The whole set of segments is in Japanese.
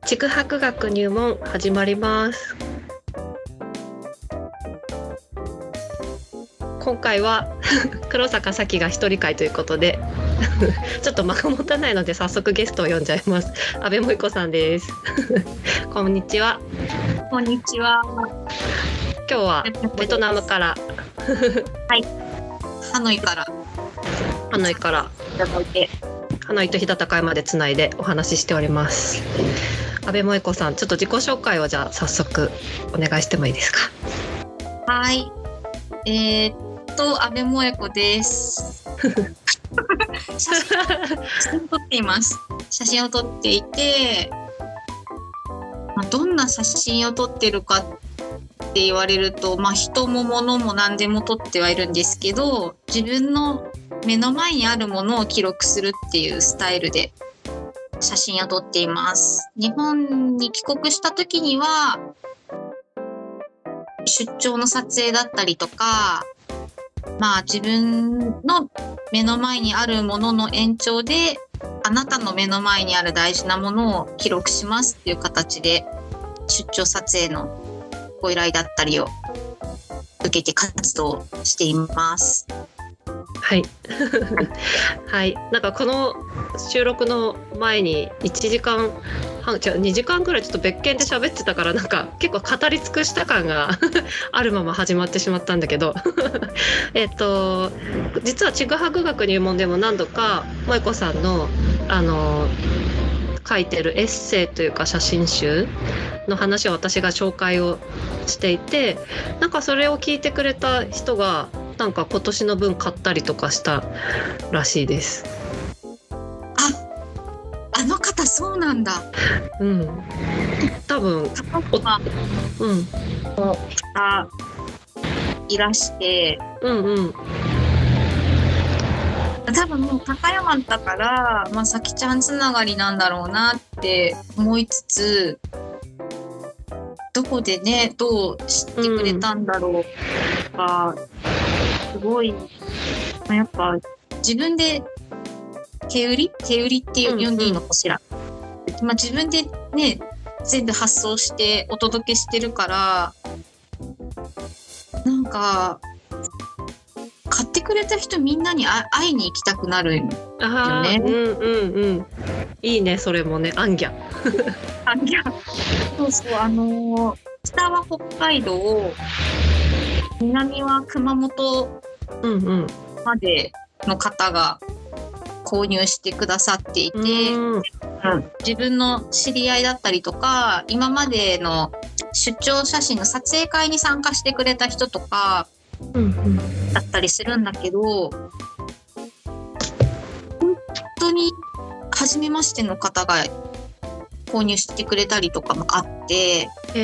ちぐはぐ学入門始まります。今回は黒坂咲が一人会ということでちょっと間が持たないので早速ゲストを呼んじゃいます。阿部萌子さんですこんにちは。 こんにちは。 今日はベトナムからはい、ハノイからいただいて、 ハノイと日高海までつないでお話ししております。阿部萌子さん、ちょっと自己紹介をじゃあ早速お願いしてもいいですか。 はい、阿部萌子です写真を撮っています。写真を撮っていて、どんな写真を撮ってるかって言われると、人も物も何でも撮ってはいるんですけど、自分の目の前にあるものを記録するっていうスタイルで写真を撮っています。日本に帰国した時には出張の撮影だったりとか、自分の目の前にあるものの延長であなたの目の前にある大事なものを記録しますっていう形で出張撮影のご依頼だったりを受けて活動していますはいはい、なんかこの収録の前に1時間半2時間ぐらいちょっと別件で喋ってたから、なんか結構語り尽くした感があるまま始まってしまったんだけど実はちぐはぐ学入門でも何度か萌子さんの書いてるエッセイというか写真集の話を私が紹介をしていて、なんかそれを聞いてくれた人がなんか今年の分買ったりとかしたらしいです。 あの方そうなんだ。 うん。多分いらして、多分もう高山だから、さきちゃんつながりなんだろうなって思いつつ、どこでねどう知ってくれたんだろうとか、すごいやっぱ自分で手売りって呼んでいいのかしら、自分でね全部発送してお届けしてるから、なんか買ってくれた人みんなに会いに行きたくなるよね。 いいね、それもね、アンギャそうそう、北は北海道、南は熊本までの方が購入してくださっていて、自分の知り合いだったりとか、今までの出張写真の撮影会に参加してくれた人とかだったりするんだけど、本当に初めましての方が購入してくれたりとかもあって、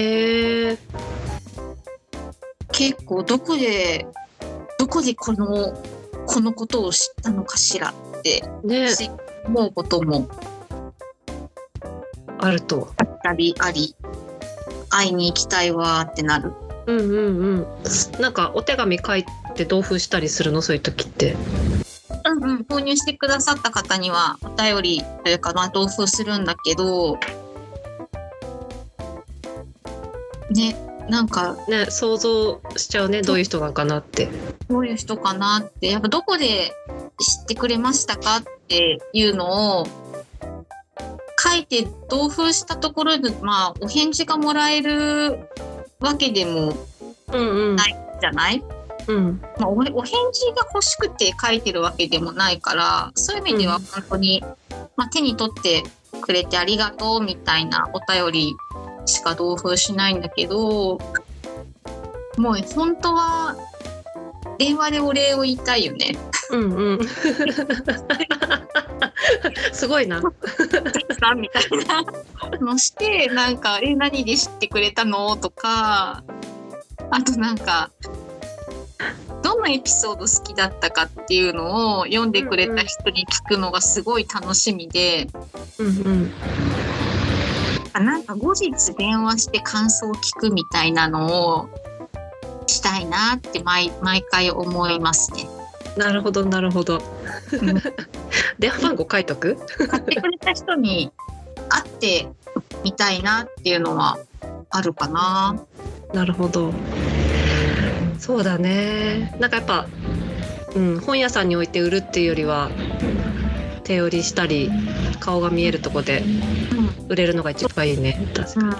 結構どこでこのことを知ったのかしらって思うこともあるとあり、会いに行きたいわってなる。 なんかお手紙書いて同封したりするの、そういう時って。 購入してくださった方にはお便りというか、同封するんだけどね、なんかね、想像しちゃうね、どういう人なのかなって。 どういう人かなって、やっぱどこで知ってくれましたかっていうのを書いて同封したところで、お返事がもらえるわけでもないじゃない？お返事が欲しくて書いてるわけでもないから、そういう意味では本当に、手に取ってくれてありがとうみたいなお便りしか同封しないんだけど、もう本当は電話でお礼を言いたいよね。 すごいなみたいなのして、なんか何で知ってくれたのとか、あとなんかどのエピソード好きだったかっていうのを読んでくれた人に聞くのがすごい楽しみで、なんか後日電話して感想を聞くみたいなのをしたいなって毎回思いますね。 なるほど電話番号書いとく買ってくれた人に会ってみたいなっていうのはあるかな。 なるほど。そうだね。なんかやっぱ、本屋さんに置いて売るっていうよりは手売りしたり顔が見えるとこで売れるのが一番いいね。確かに。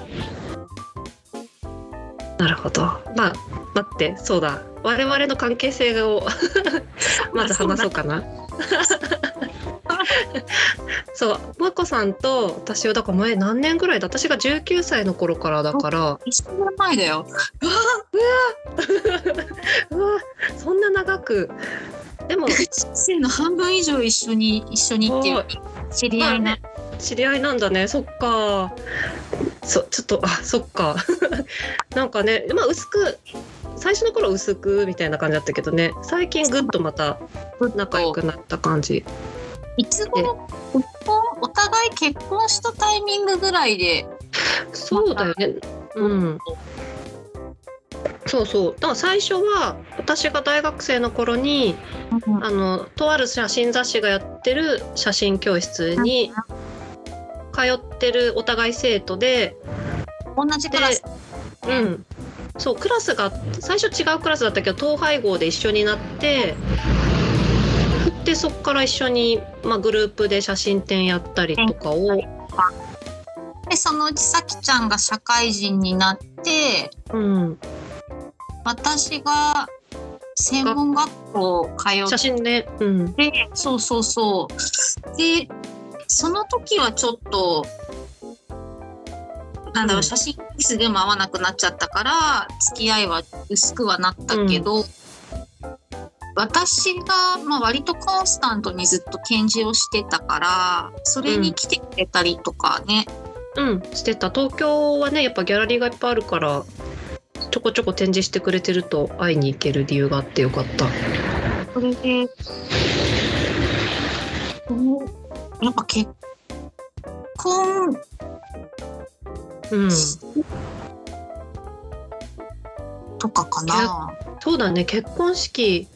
なるほど。まあ待って、そうだ。我々の関係性をまず話そうかな。そう、萌子さんと私はだから前何年ぐらいだ、私が19歳の頃からだから 1年前だよ。 うわそんな長く。でも人生の半分以上一緒にっていう知り合いな、 まあね、知り合いなんだね。そっか。ちょっとそっか。なんかね、まあ薄く最初の頃薄くみたいな感じだったけどね、最近ぐっとまた仲良くなった感じ。 いつ頃お互い結婚したタイミングぐらいで。 そうだよね。そうそう。だから最初は私が大学生の頃に、とある写真雑誌がやってる写真教室に通ってるお互い生徒で、 同じクラス。 そうクラスが最初違うクラスだったけど統廃合で一緒になって、でそこから一緒に、グループで写真展やったりとかを。 でそのうちさきちゃんが社会人になって、私が専門学校通って写真ね、 そうでその時はちょっと写真室でも合わなくなっちゃったから付き合いは薄くはなったけど、私が、割とコンスタントにずっと展示をしてたからそれに来てくれたりとかね、 してた。東京はねやっぱギャラリーがいっぱいあるからちょこちょこ展示してくれてると会いに行ける理由があってよかった。 それでやっぱ結婚、とかかな。 そうだね、結婚式。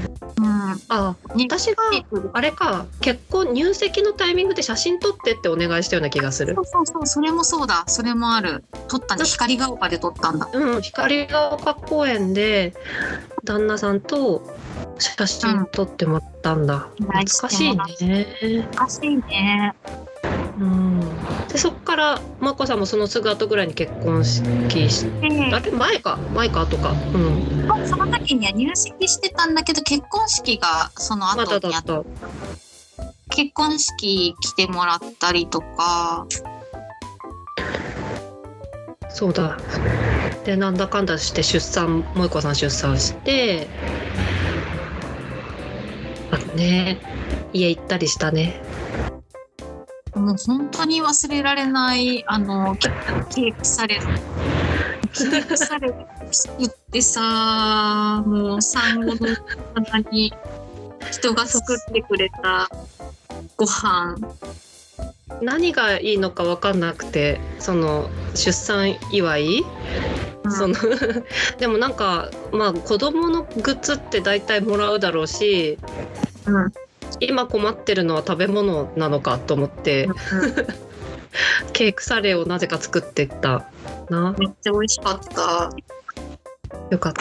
私があれか、結婚入籍のタイミングで写真撮ってってお願いしたような気がする。 そうそれもそうだ。それもある。撮ったね。光が丘で撮ったんだ。 光が丘公園で旦那さんと写真撮ってもらったんだ。懐かしいね。 懐かしいね。 でそっから眞子さんもそのすぐ後ぐらいに結婚式して、あれ前か後か、 その時には入籍してたんだけど結婚式がその後にあった。結婚式来てもらったりとか。 そうだ。でなんだかんだして萌子さん出産して家行ったりしたね。 もう本当に忘れられないケーキサレ作ってさ、もう産後の棚に人が作ってくれたご飯、 何がいいのか分かんなくて、その出産祝い、でもなんか子供のグッズって大体もらうだろうし、今困ってるのは食べ物なのかと思って、ケークサレをなぜか作ってったな。 めっちゃ美味しかった。 よかった。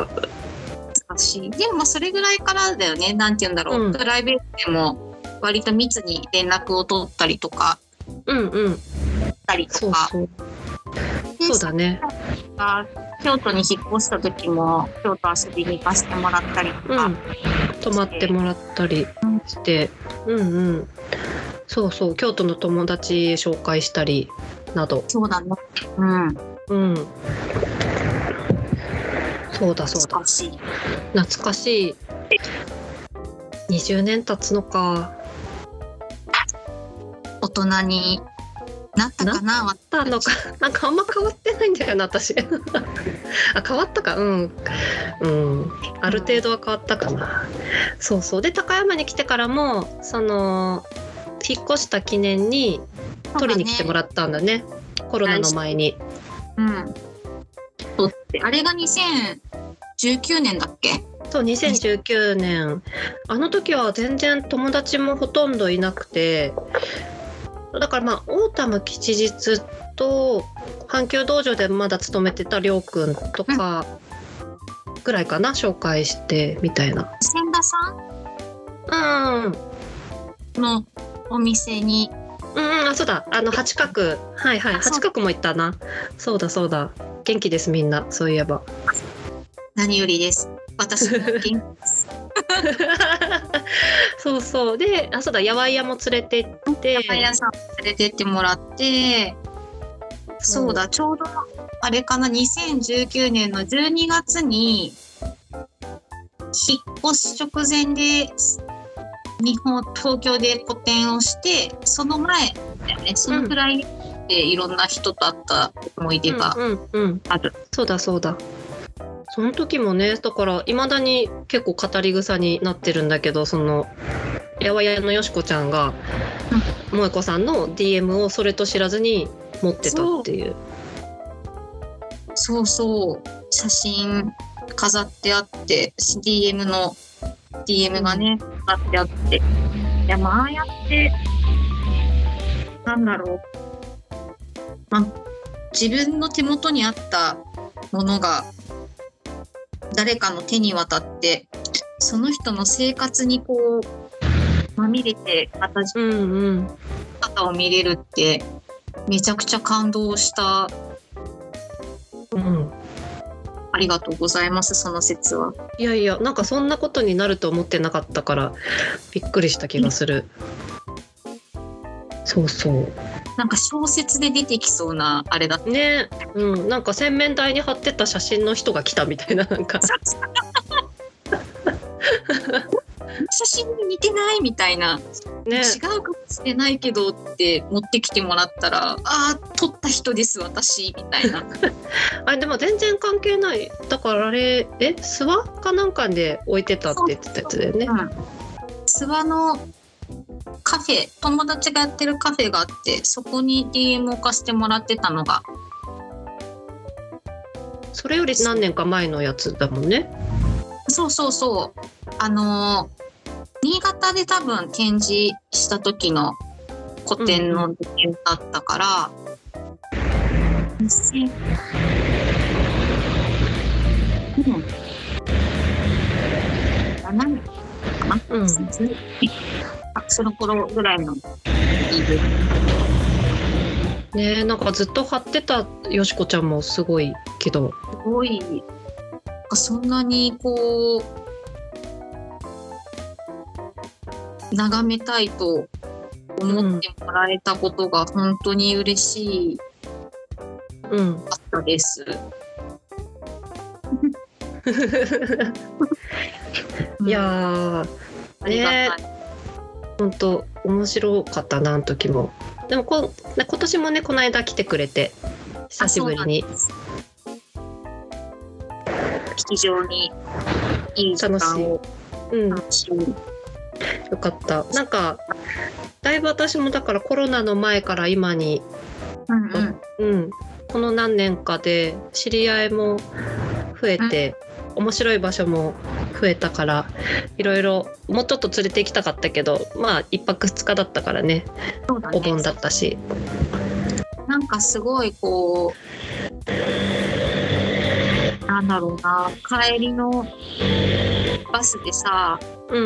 でもそれぐらいからだよね。なんて言うんだろう、プライベートでも割と密に連絡を取ったりとか、したりとか。 そうだね。 京都に引っ越した時も京都遊びに行かせてもらったりとか、 泊まってもらったりして、そう京都の友達紹介したりなど。 そうだね。 そうだ。懐かしい。20年経つのか。 大人になったかな。 なんかあんま変わってないんだよな私。変わったか。ある程度は変わったかな。そうで高山に来てからもその引っ越した記念に取りに来てもらったんだね。コロナの前に。 あれが2019年だっけ？ そう、2019年。あの時は全然友達もほとんどいなくて、だからオータム吉日っと阪急道場でまだ勤めてたりょうくんとかぐらいかな、紹介してみたいな。 千田さんのお店に、 あ、そうだ、八角、はいはい、八角も行ったな。そうだそうだ、元気ですみんな、そういえば。 何よりです。私も元気です。 そうそう、で、あ、そうだ、やわい屋も連れてって、 やわい屋さん連れてってもらって、そうだ、ちょうどあれかな、2019年の12月に引っ越し直前で東京で個展をして、その前だよね、そのくらいでいろんな人と会った思い出がある。 そうだそうだ。その時もね、だからいまだに結構語り草になってるんだけど、そのやわやのよしこちゃんが萌子さんの DM をそれと知らずに持ってたっていう。 そうそう、写真飾ってあって、 DM がね飾ってあって、いや、まあ、ああやってなんだろう、まあ、自分の手元にあったものが誰かの手に渡って、その人の生活にこうまみれてまた自分の姿を見れるってめちゃくちゃ感動した。ありがとうございます、その説は。 いやいや、なんかそんなことになると思ってなかったからびっくりした気がする。そうそう、 なんか小説で出てきそうなあれだったね。なんか洗面台に貼ってた写真の人が来たみたいな、なんか写真に似てないみたいな、 ね、 違うかもしれないけどって持ってきてもらったら、撮った人です私みたいな。 あれでも全然関係ない。だからあれ諏訪かなんかで置いてたって言ってたやつだよね。 諏訪のカフェ、友達がやってるカフェがあって、そこに DM を貸してもらってたのが。 それより何年か前のやつだもんね。 そうそうそう、新潟で多分展示した時の個展の DM だったから、2007年かな、その頃ぐらいのね。なんかずっと貼ってたよしこちゃんもすごいけど、 すごいそんなにこう眺めたいと思ってもらえたことが本当に嬉しかったです。 いやーね、本当面白かったな、あの時も。でも今年もね、この間来てくれて久しぶりに。 非常にいい時間を楽しみ。 よかった。なんかだいぶ私もだからコロナの前から今に、この何年かで知り合いも増えて、面白い場所も増えたから、いろいろもうちょっと連れて行きたかったけど、まあ1泊2日だったからね、お盆だったし、 なんかすごいこう、なんだろうな、帰りのバスでさ、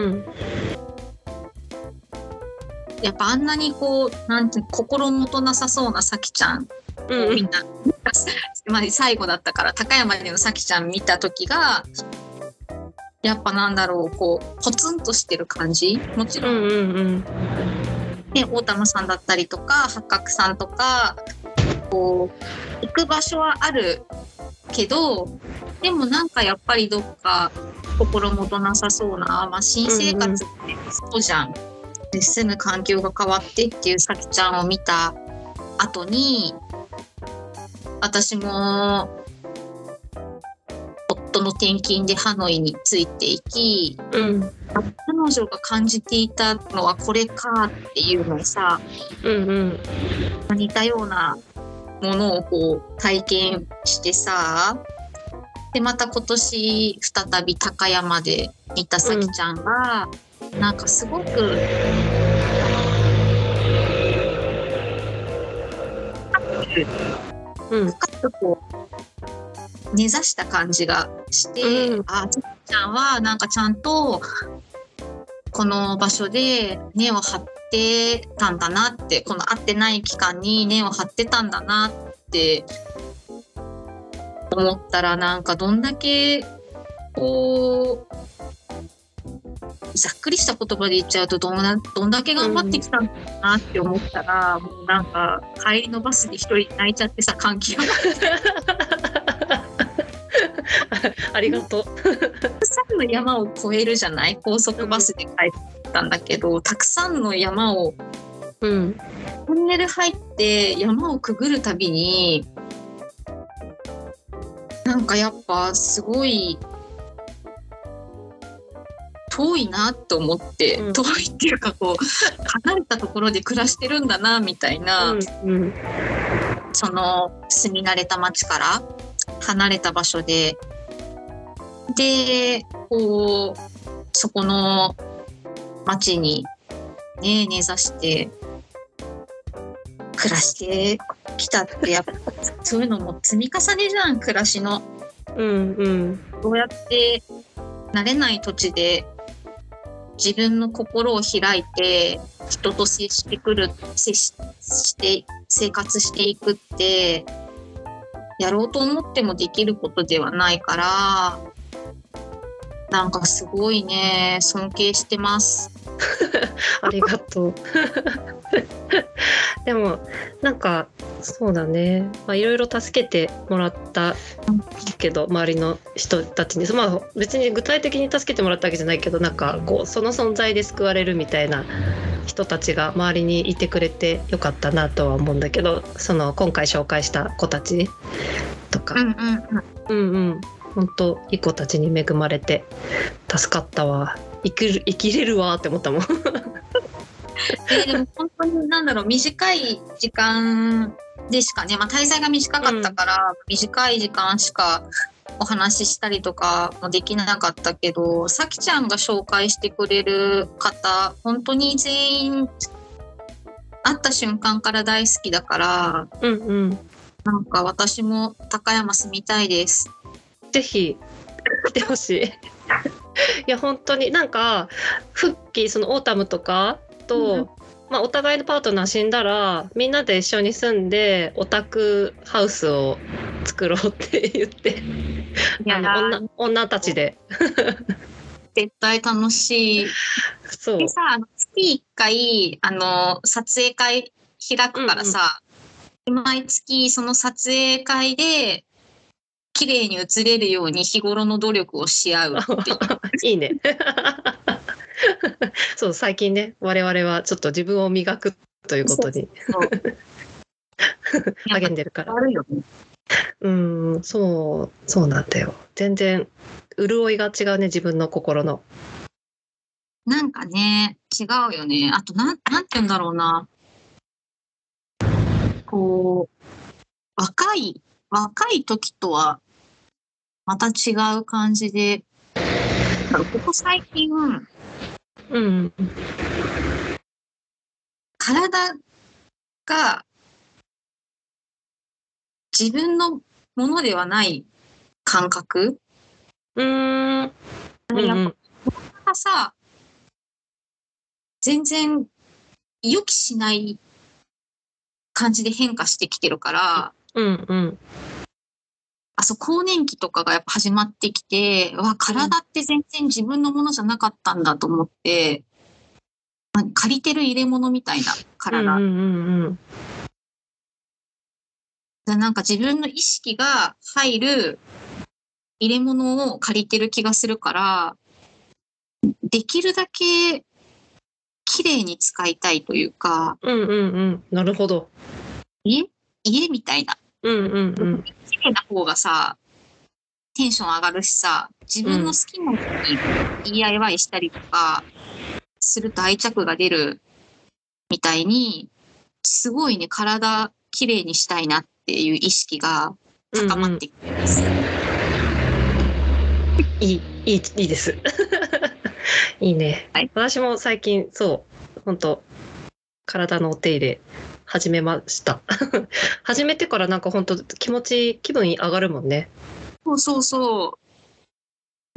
やっぱあんなにこう、なんて心もとなさそうなさきちゃん、みんなまあ最後だったから高山でのさきちゃん見た時が、やっぱなんだろう、こうポツンとしてる感じ、もちろん、で大玉さんだったりとか八角さんとか、こう行く場所はあるけど、でもなんかやっぱりどっか心もとなさそうな、まあ、新生活ってそうじゃん、で住む環境が変わってっていうさきちゃんを見た後に、私も夫の転勤でハノイについていき、彼女が感じていたのはこれかっていうのをさ、似たようなものをこう体験してさ、でまた今年再び高山で見たさきちゃんが、なんかすごくうん深くこう根ざした感じがして、 うんあ、ちゃんはなんかちゃんとこの場所で根を張ってたんだなって、この会ってない期間に根を張ってたんだなって思ったら、なんかどんだけこうざっくりした言葉で言っちゃうとどんだけ頑張ってきたんだなって思ったら、もうなんか帰りのバスで一人泣いちゃってさ、感極まってありがとう。 たくさんの山を越えるじゃない、高速バスで帰ったんだけど、たくさんの山をうんトンネル入って山をくぐるたびに、なんかやっぱすごい遠いなと思って、 うん遠いっていうかこう離れたところで暮らしてるんだなみたいな、 うんその住み慣れた町から離れた場所でこうそこの町にね根ざして暮らしてきたって、やっぱそういうのも積み重ねじゃん、暮らしの。 うんうんどうやって慣れない土地で自分の心を開いて人と接して生活していくってやろうと思ってもできることではないから、なんかすごいね、尊敬してます。 ありがとう。でもなんかそうだね、いろいろ助けてもらったけど、周りの人たちに、別に具体的に助けてもらったわけじゃないけど、なんかこうその存在で救われるみたいな人たちが周りにいてくれてよかったなとは思うんだけど、その今回紹介した子たちとか、本当いい子たちに恵まれて助かったわ。生きれるわって思ったもん。 でも本当に短い時間でしかね、滞在が短かったから、短い時間しかお話ししたりとかもできなかったけど、さきちゃんが紹介してくれる方本当に全員会った瞬間から大好きだから、なんか私も高山住みたいです。 ぜひ来てほしい。いや本当になんかフッキー、そのオータムとかと、お互いのパートナー死んだらみんなで一緒に住んでオタクハウスを作ろうって言って女たちで絶対楽しい。 そうでさ、月1回撮影会開くからさ、毎月その撮影会で綺麗に写れるように日頃の努力をし合うっていう。 いいね。そう、最近ね、我々はちょっと自分を磨くということに励んでるから。 悪いよね。 そうなんだよ。全然潤いが違うね、自分の心の。 なんかね、違うよね。あとなんて言うんだろうな。こう若い時とはまた違う感じで、ここ最近、体が自分のものではない感覚。やっぱさ、全然予期しない感じで変化してきてるから、更年期とかがやっぱ始まってきて、体って全然自分のものじゃなかったんだと思って、借りてる入れ物みたいな体。なんか自分の意識が入る入れ物を借りてる気がするから、できるだけ綺麗に使いたいというか、 なるほど。 家みたいな。綺麗な方がさ、テンション上がるしさ、自分の好きな人に DIY したりとかすると愛着が出るみたいに、すごいね、体綺麗にしたいなっていう意識が高まってきてます。 いいです。いいね。私も最近本当体のお手入れ始めました始めてからなんか本当気分上がるもんね。 そうそうそう。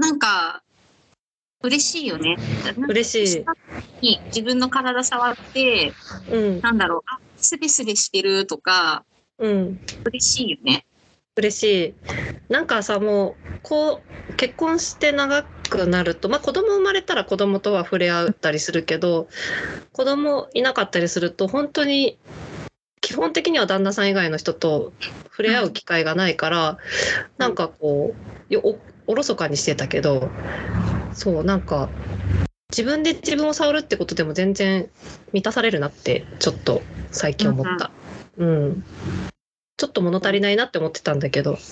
なんか嬉しいよね。 嬉しい。自分の体触って、なんだろう、スレスレしてるとか、嬉しいよね。 嬉しい。なんかさ、もう結婚して長くなると、まあ子供生まれたら子供とは触れ合ったりするけど、子供いなかったりすると本当に基本的には旦那さん以外の人と触れ合う機会がないから、なんかこうおろそかにしてたけど、そうなんか自分で自分を触るってことでも全然満たされるなってちょっと最近思った。ちょっと物足りないなって思ってたんだけど、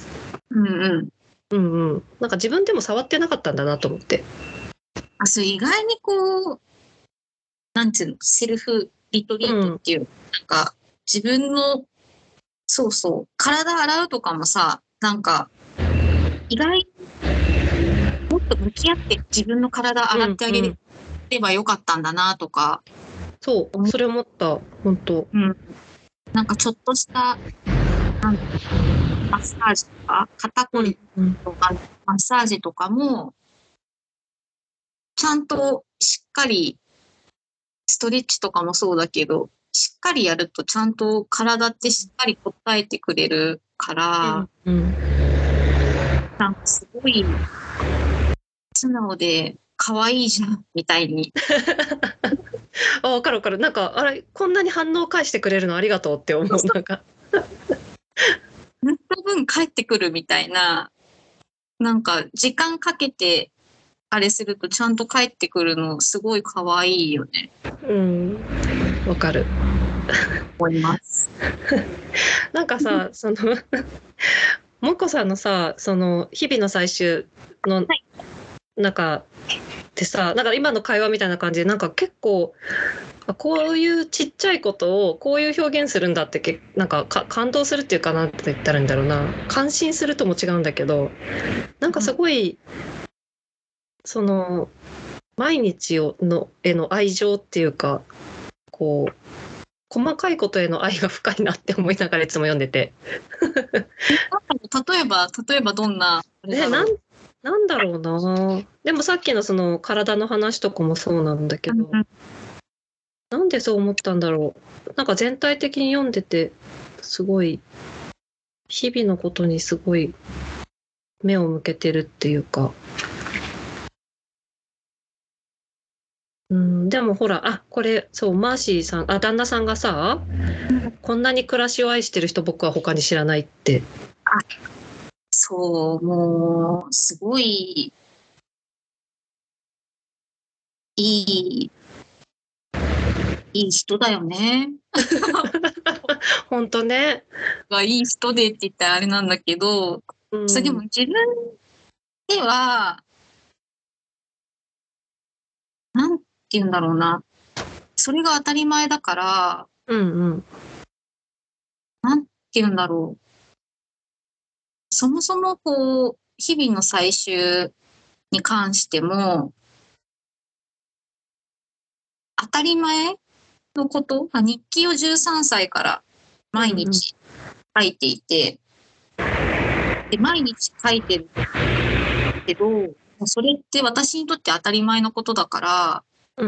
なんか自分でも触ってなかったんだなと思って。 そう、意外にこうなんていうの、セルフリトリートっていう、なんか自分の体洗うとかもさ、なんか意外にもっと向き合って自分の体洗ってあげればよかったんだなとか、 それ思った。本当。 なんかちょっとしたマッサージとか肩こりとか、マッサージとかもちゃんとしっかりストレッチとかもそうだけど、しっかりやるとちゃんと体ってしっかり応えてくれるから、なんかすごい素直で可愛いじゃんみたいにわかるわかる。なんかこんなに反応返してくれるのありがとうって思う。なんか塗った分返ってくるみたいな、なんか時間かけてあれするとちゃんと返ってくるのすごい可愛いよね。 わかる。 思います。 なんかさ、もこさんのさ、その日々の採集の中でさ、なんか今の会話みたいな感じで、なんか結構こういうちっちゃいことをこういう表現するんだってなんか感動するっていうかなんて言ったらいいんだろうな、感心するとも違うんだけど、なんかすごい、その毎日への愛情っていうか、こう細かいことへの愛が深いなって思いながらいつも読んでて例えばどんななんだろうな。でもさっきのその体の話とかもそうなんだけど、なんでそう思ったんだろう。なんか全体的に読んでてすごい日々のことにすごい目を向けてるっていうか。でもほら、これそう、マーシーさん、旦那さんがさ、こんなに暮らしを愛してる人僕は他に知らないって。 そう、もうすごいいい人だよね。 本当ね。 いい人でって言ったらあれなんだけど、それでも自分ではなんて言うんだろうな。それが当たり前だから、なんて言うんだろう。そもそもこう、日々の採集に関しても、当たり前のこと、日記を13歳から毎日書いていて、で毎日書いてるけど、それって私にとって当たり前のことだから、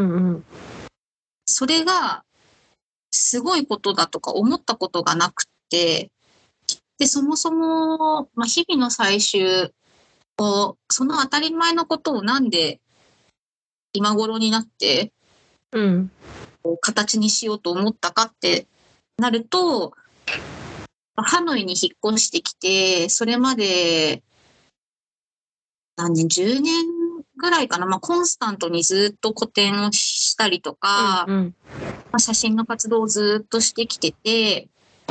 それがすごいことだとか思ったことがなくて、でそもそも、日々の採集をその当たり前のことをなんで今頃になって、形にしようと思ったかってなると、ハノイに引っ越してきて、それまで何年、10年ぐらいかな、コンスタントにずっと個展をしたりとか、写真の活動をずっとしてきてて、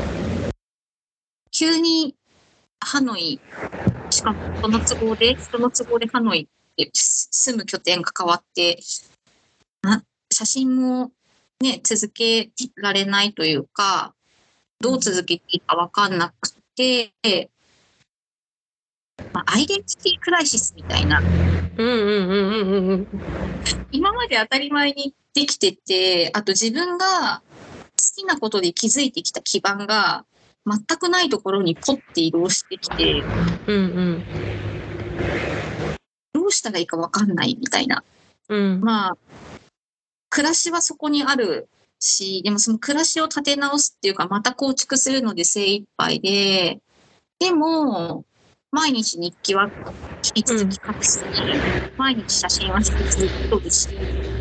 急にハノイ、しかも人の都合でハノイって住む拠点が変わって、写真もね、続けられないというか、どう続けていいか分かんなくて、アイデンティティクライシスみたいな。今まで当たり前にできてて、あと自分が好きなことで築いてきた基盤が全くないところにポッて移動してきて、 うんうんどうしたらいいか分かんないみたいな。 うんまあ暮らしはそこにあるし、でもその暮らしを立て直すっていうか、また構築するので精一杯で、でも毎日日記は引き続き書くし、毎日写真は引き続き撮るし、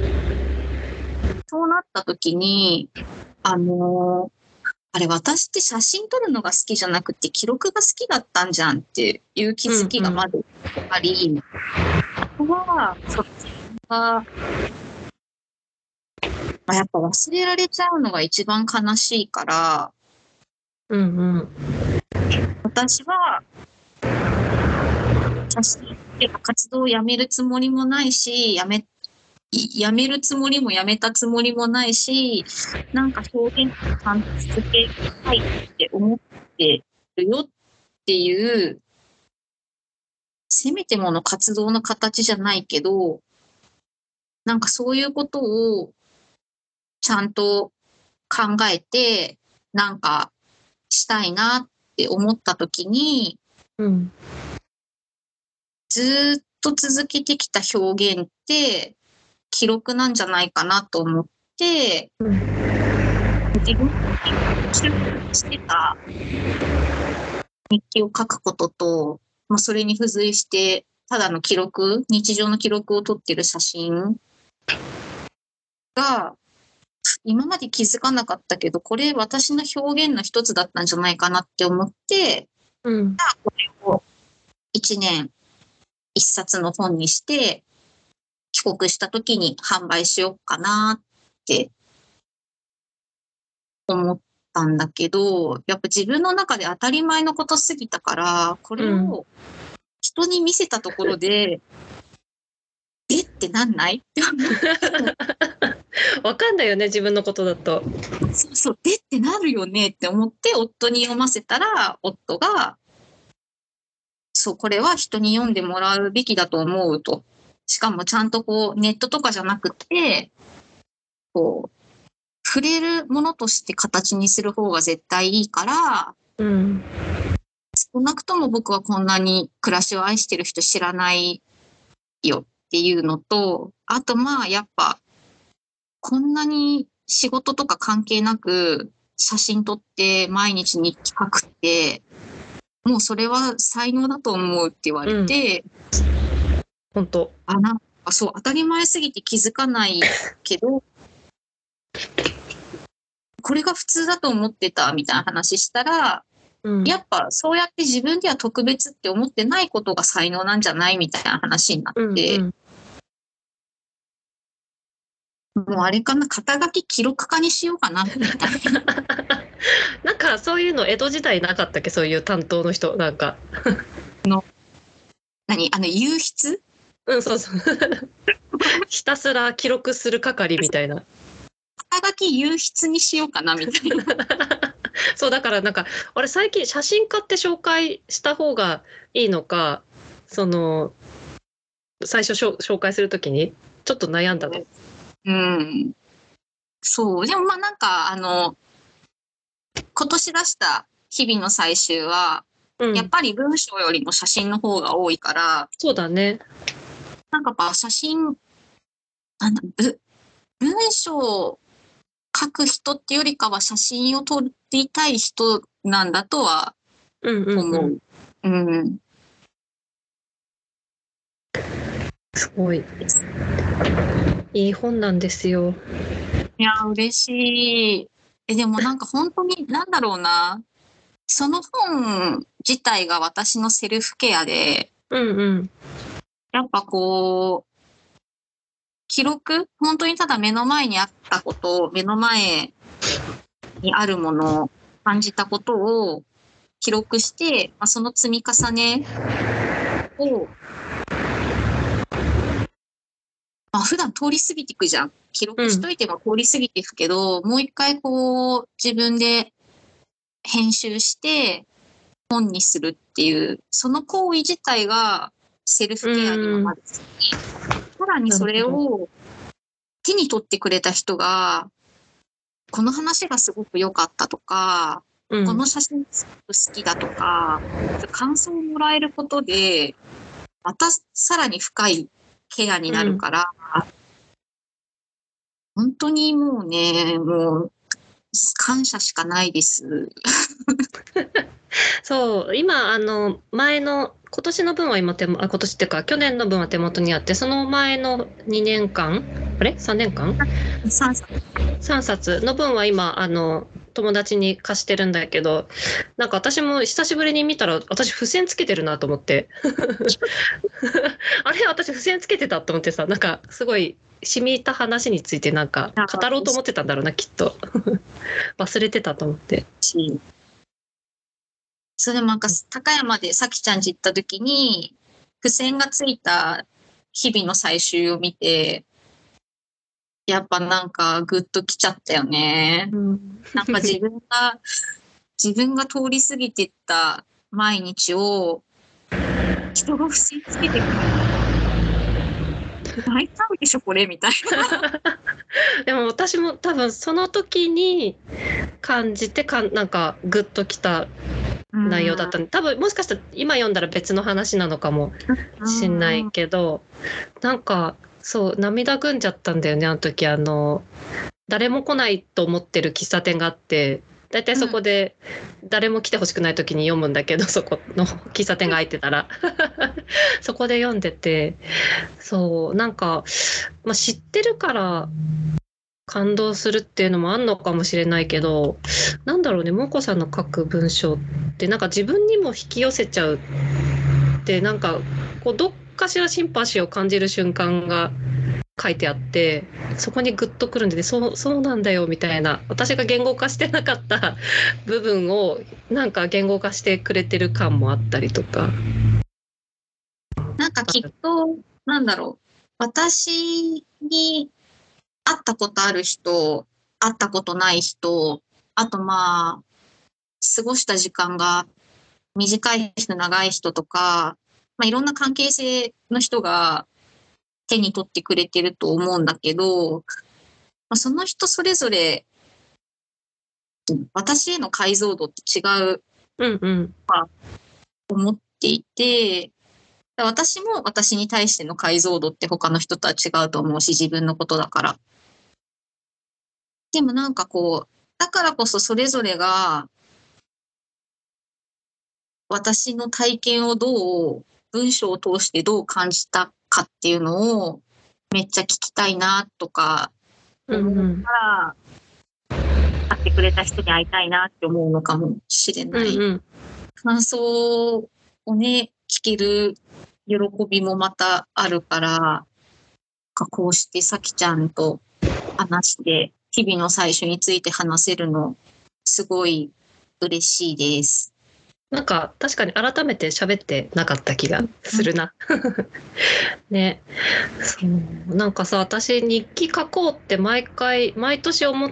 そうなった時にあれ私って写真撮るのが好きじゃなくて記録が好きだったんじゃんっていう気づきがまずあり、ここはそっちがやっぱ忘れられちゃうのが一番悲しいから、 うんうん私は写真っていうか活動をやめるつもりもないし、やめるつもりもやめたつもりもないし、なんか表現とか続けたいって思ってるよっていう、せめてもの活動の形じゃないけど、なんかそういうことをちゃんと考えて、なんかしたいなって思った時に、 うんずっと続けてきた表現って記録なんじゃないかなと思って、自分がしてた日記を書くことと、それに付随してただの記録、日常の記録を撮ってる写真が今まで気づかなかったけど、これ私の表現の一つだったんじゃないかなって思って、これを1年1冊の本にして帰国した時に販売しようかなって思ったんだけど、やっぱ自分の中で当たり前のことすぎたから、これを人に見せたところで、ってなんないって思ってわかんないよね、自分のことだと。 そうってなるよねって思って夫に読ませたら、夫がこれは人に読んでもらうべきだと思うと。しかもちゃんとネットとかじゃなくて、触れるものとして形にする方が絶対いいから、少なくとも僕はこんなに暮らしを愛してる人知らないよっていうのと、あとやっぱこんなに仕事とか関係なく写真撮って毎日日記書くって、もうそれは才能だと思うって言われて、 本当。 なんか当たり前すぎて気づかないけどこれが普通だと思ってたみたいな話したら、やっぱそうやって自分では特別って思ってないことが才能なんじゃないみたいな話になって、もうあれかな、肩書き記録家にしようかなみたいな。 なんかそういうの江戸時代なかったっけ、そういう担当の人。なんか郵筆？ そうひたすら記録する係みたいな。 肩書き郵筆にしようかなみたいな。 そうだからなんか俺最近写真家って紹介した方がいいのか、最初紹介するときにちょっと悩んだの。 そうでもなんか今年出した日々の採集は、やっぱり文章よりも写真の方が多いから。 そうだね。 なんか写真文章を書く人ってよりかは写真を撮りたい人なんだとは思う。 すごいいい本なんですよ。 いや嬉しい。でもなんか本当になんだろうな、その本自体が私のセルフケアで、やっぱ記録、本当にただ目の前にあったことを、目の前にあるものを感じたことを記録して、その積み重ねを、普段通り過ぎていくじゃん。記録しといても通り過ぎていくけど、もう一回自分で編集して本にするっていう、その行為自体がセルフケアにもなるし、さらにそれを手に取ってくれた人がこの話がすごく良かったとか、 うん、 この写真すごく好きだとか、感想をもらえることで、またさらに深いケアになるから、本当にもう感謝しかないです。 そう、今、今年の分は今今年っていうか、去年の分は手元にあって、その前の2年間、3年間 3冊。 3冊の分は今、友達に貸してるんだけど、なんか私も久しぶりに見たら、私付箋つけてるなと思って。あれ私付箋つけてたと思ってさ、なんかすごい染み入った話についてなんか語ろうと思ってたんだろうな、きっと。忘れてたと思って。 それもなんか高山でさきちゃんち行った時に付箋がついた日々の採集を見て、やっぱなんかグッときちゃったよね。なんか自分が通り過ぎてった毎日を人が付箋つけてくる。泣いちゃうでしょこれみたいな。 でも私も多分その時に感じてなんかグッときた内容だったんで、多分もしかしたら今読んだら別の話なのかもしんないけど、なんかそう涙ぐんじゃったんだよね、あの時。誰も来ないと思ってる喫茶店があって、だいたいそこで誰も来てほしくない時に読むんだけど、そこの喫茶店が空いてたらそこで読んでて、そうなんか、まあ、知ってるから感動するっていうのもあんのかもしれないけど、なんだろうね、もこさんの書く文章ってなんか自分にも引き寄せちゃうって、なんかこうどっかしらシンパシーを感じる瞬間が書いてあって、そこにグッとくるんで、ね、そうなんだよみたいな、私が言語化してなかった部分をなんか言語化してくれてる感もあったりとか。 なんかきっとなんだろう、私に会ったことある人、会ったことない人、あとまあ過ごした時間が短い人長い人とか、まあ、いろんな関係性の人が手に取ってくれてると思うんだけど、まあ、その人それぞれ私への解像度って違うと思っていて、私も私に対しての解像度って他の人とは違うと思うし、自分のことだから。でもなんかこう、だからこそそれぞれが私の体験を文章を通してどう感じたかっていうのをめっちゃ聞きたいなとか思うから、会ってくれた人に会いたいなって思うのかもしれない。感想をね、聞ける喜びもまたあるから、こうしてさきちゃんと話して、日々の採取について話せるの、すごい嬉しいです。 なんか確かに改めて喋ってなかった気がするな。ね。そうなんかさ、私日記書こうって毎年思って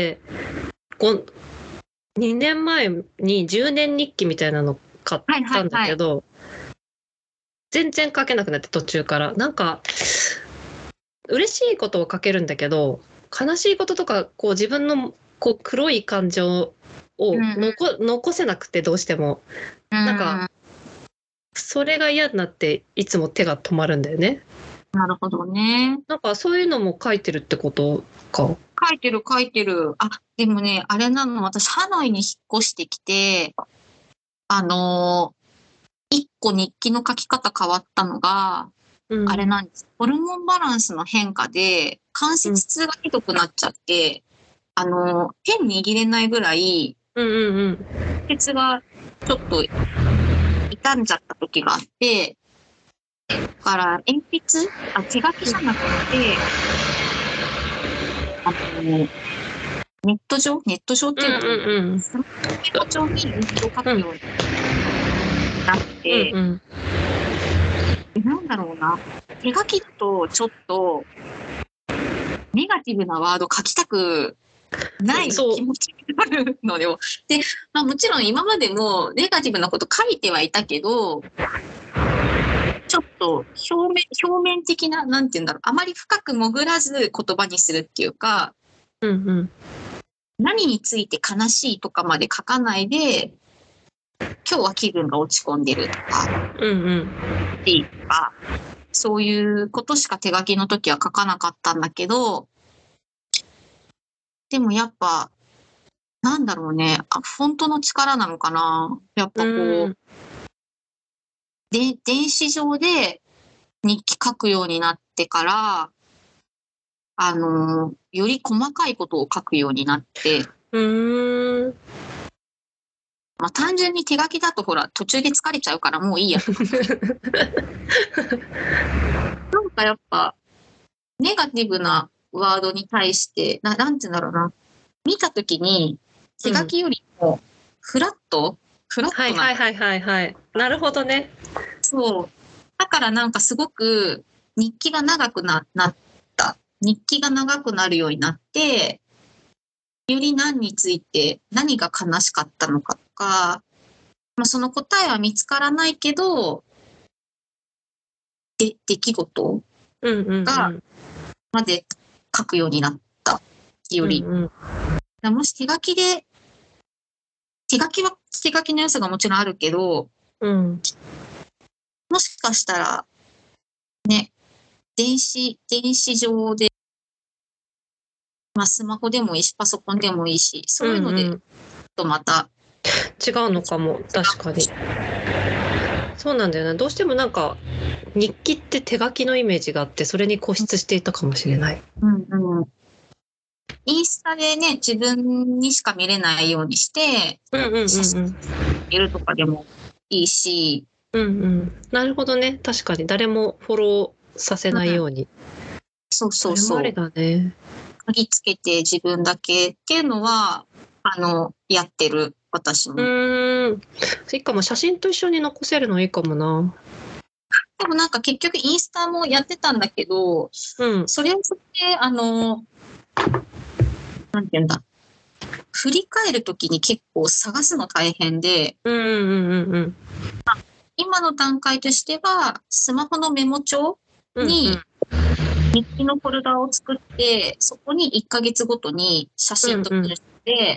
、2年前に10年日記みたいなの買ったんだけど、全然書けなくなって、途中から。なんか嬉しいことを書けるんだけど、悲しいこととかこう自分のこう黒い感情を残せなくて、どうしてもなんかそれが嫌になっていつも手が止まるんだよね。 なるほどね。 なんかそういうのも書いてるってことか。 書いてる。あ、でもね、あれなの、私ハノイに引っ越してきて、一個日記の書き方変わったのが、あれなんです。ホルモンバランスの変化で関節痛がひどくなっちゃって、ペン握れないぐらい、鉄がちょっと傷んじゃった時があって、だから鉛筆、手書きじゃなくて、ネット上っていうの、スマホ上に日記を書くようになって、なんだろうな、手書きだとちょっとネガティブなワード書きたくない気持ちになるのよ。で、まあ、もちろん今までもネガティブなこと書いてはいたけど、ちょっと表面的な、なんて言うんだろう、あまり深く潜らず言葉にするっていうか、 何について悲しいとかまで書かないで、今日は気分が落ち込んでるとか、 うんうん。 っていうか、そういうことしか手書きの時は書かなかったんだけど、でもやっぱ、なんだろうね、フォントの力なのかな。やっぱこう、電子上で日記書くようになってから、より細かいことを書くようになって、まあ単純に手書きだとほら、途中で疲れちゃうからもういいやと。なんかやっぱ、ネガティブなワードに対して、なんて言うんだろうな。見たときに、手書きよりも、フラットな。 はいはいはいはいはい。なるほどね。 そう。だからなんかすごく日記が長くなった。日記が長くなるようになって、より何について何が悲しかったのかとか、まあ、その答えは見つからないけど、出来事がまで書くようになったより。もし手書きで、手書きは手書きの良さがもちろんあるけど、もしかしたら、ね、電子上で、まあスマホでもいいし、パソコンでもいいし、そういうので、とまた、 違うのかも、確かに。そうなんだよな。どうしてもなんか、日記って手書きのイメージがあって、それに固執していたかもしれない。 インスタでね、自分にしか見れないようにして、写真入れるとかでもいいし。 なるほどね。確かに誰もフォローさせないように。 そうそうそう。 それもありだね。 鍵つけて自分だけっていうのは、やってる、私も。 いいかも。写真と一緒に残せるのいいかもな。 でもなんか結局インスタもやってたんだけど、それをそれで、なんていうんだ。振り返るときに結構探すの大変で、今の段階としては、スマホのメモ帳に日記のフォルダを作って、そこに1ヶ月ごとに写真と写して、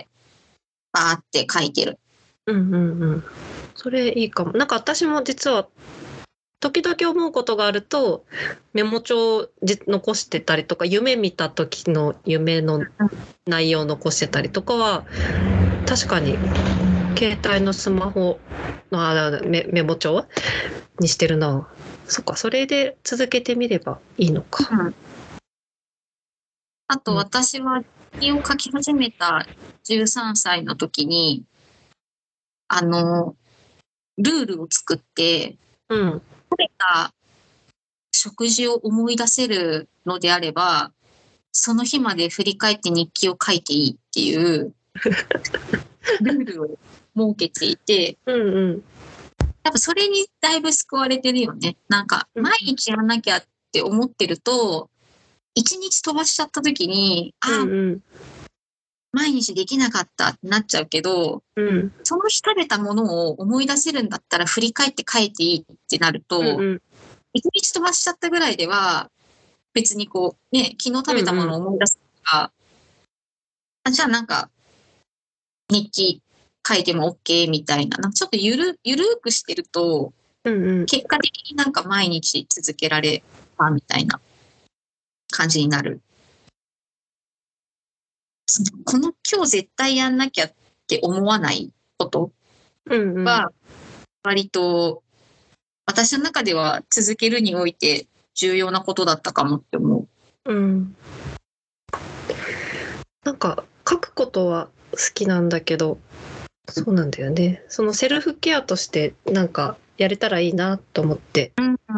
バーって書いてる。 それいいかも。なんか私も実は、時々思うことがあるとメモ帳残してたりとか、夢見た時の夢の内容を残してたりとかは確かに携帯のスマホのメモ帳にしてるな。そっか、それで続けてみればいいのか。 あと私は日記を書き始めた13歳の時にルールを作って、食べた食事を思い出せるのであれば、その日まで振り返って日記を書いていいっていうルールを設けていて、やっぱそれにだいぶ救われてるよね。なんか毎日やらなきゃって思ってると、一日飛ばしちゃった時に、毎日できなかったってなっちゃうけど、その日食べたものを思い出せるんだったら振り返って書いていいってなると、一日飛ばしちゃったぐらいでは、別にこう、ね、昨日食べたものを思い出すとか、じゃあなんか、日記書いても OK みたいな、ちょっとゆるくしてると、結果的になんか毎日続けられたみたいな感じになる。この今日絶対やんなきゃって思わないことは割と私の中では続けるにおいて重要なことだったかもって思う。 なんか書くことは好きなんだけど、そうなんだよね。そのセルフケアとしてなんかやれたらいいなと思って。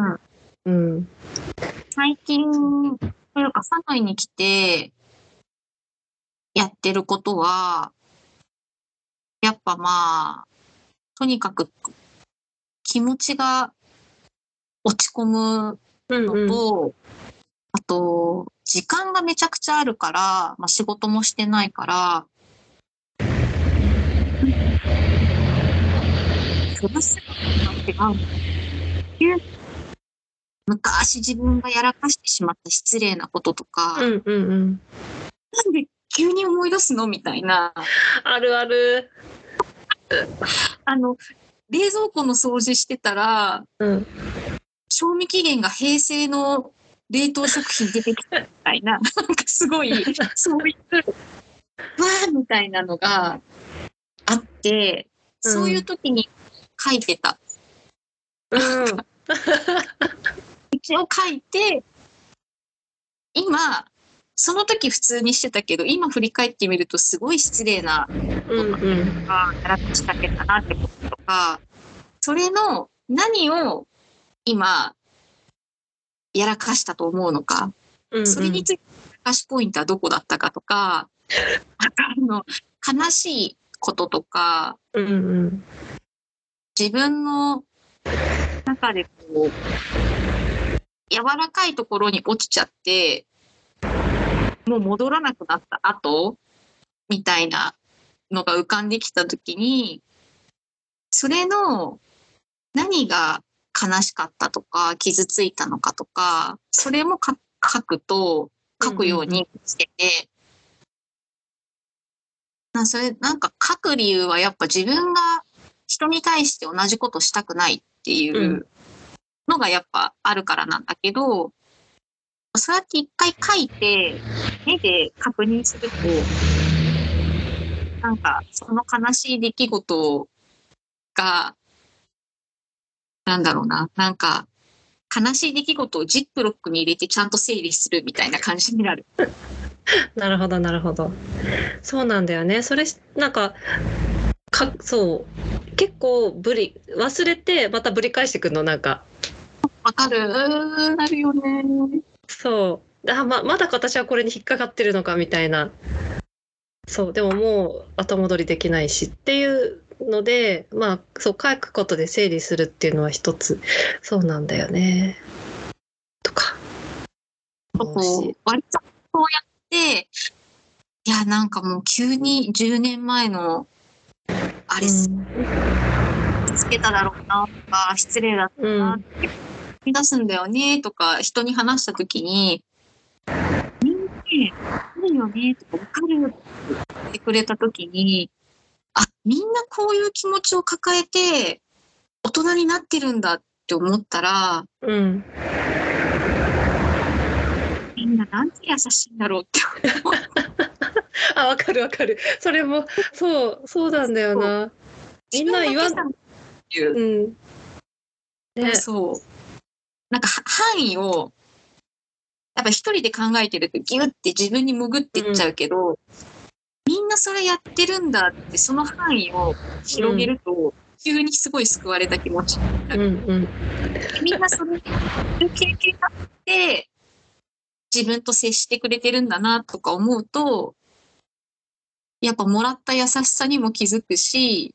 最近というかハノイに来てやってることは、やっぱまあ、とにかく気持ちが落ち込むのと、あと、時間がめちゃくちゃあるから、まあ仕事もしてないから、昔自分がやらかしてしまった失礼なこととか、なんで急に思い出すのみたいな。 あるある。 冷蔵庫の掃除してたら、 うん。 賞味期限が平成の冷凍食品出てきたみたいな、なんかすごい、そういう、わーみたいなのがあって、そういう時に書いてた。 うん。 一応書いて、今、その時普通にしてたけど、今振り返ってみるとすごい失礼なうんうん。 やらかしたけどなってこととか、それの何を今やらかしたと思うのか、 うんうん。 それについてやらかしポイントはどこだったかとか、悲しいこととか、 うんうん。 自分の中でこう、柔らかいところに落ちちゃって、もう戻らなくなった後、みたいなのが浮かんできたときに、それの何が悲しかったとか、傷ついたのかとか、それも書くようにしてて、それなんか書く理由はやっぱ自分が人に対して同じことしたくないっていうのがやっぱあるからなんだけど、そうやって一回書いて、目で確認すると、なんかその悲しい出来事が、なんだろうな、なんか悲しい出来事をジップロックに入れてちゃんと整理するみたいな感じになる。 なるほどなるほど。そうなんだよね。それなんかそう結構忘れてまたぶり返してくるのなんか。 わかる、なるよね。 そうまだ私はこれに引っかかってるのかみたいな。そうでももう後戻りできないしっていうので、まあそう書くことで整理するっていうのは一つそうなんだよね。とか。 割とこうやって、いやなんかもう急に10年前のあれつけただろうなとか失礼だったなって思い出すんだよねとか人に話した時に、みんなね、あるよねとか分かるよって言ってくれた時に、あ、みんなこういう気持ちを抱えて大人になってるんだって思ったら、みんななんて優しいんだろうって思う。 あ、わかるわかる。それもそうなんだよな。みんな言わん。 そう。なんか範囲をやっぱ一人で考えてるとギュッて自分に潜っていっちゃうけど、みんなそれやってるんだってその範囲を広げると、急にすごい救われた気持ちになる。みんなそれ経験があって自分と接してくれてるんだなとか思うと、やっぱもらった優しさにも気づくし、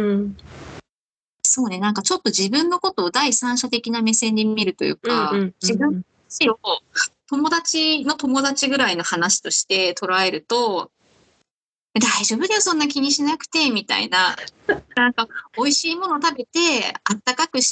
そうね、なんかちょっと自分のことを第三者的な目線で見るというか、自分を友達の友達ぐらいの話として捉えると、大丈夫だよ、そんな気にしなくて、みたいな。なんか、美味しいもの食べて、あったかくして、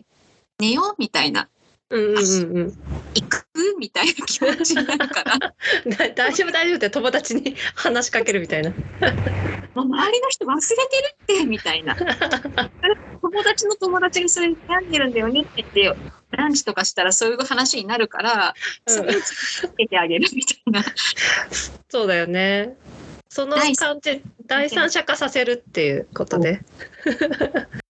寝よう、みたいな。行くみたいな気持ちになるから大丈夫大丈夫って友達に話しかけるみたいな。 もう周りの人忘れてるってみたいな。友達の友達がそれに悩んでるんだよねって言ってランチとかしたらそういう話になるから、それをつけてあげるみたいな。 そうだよね。その感じ第三者化させるっていうことで。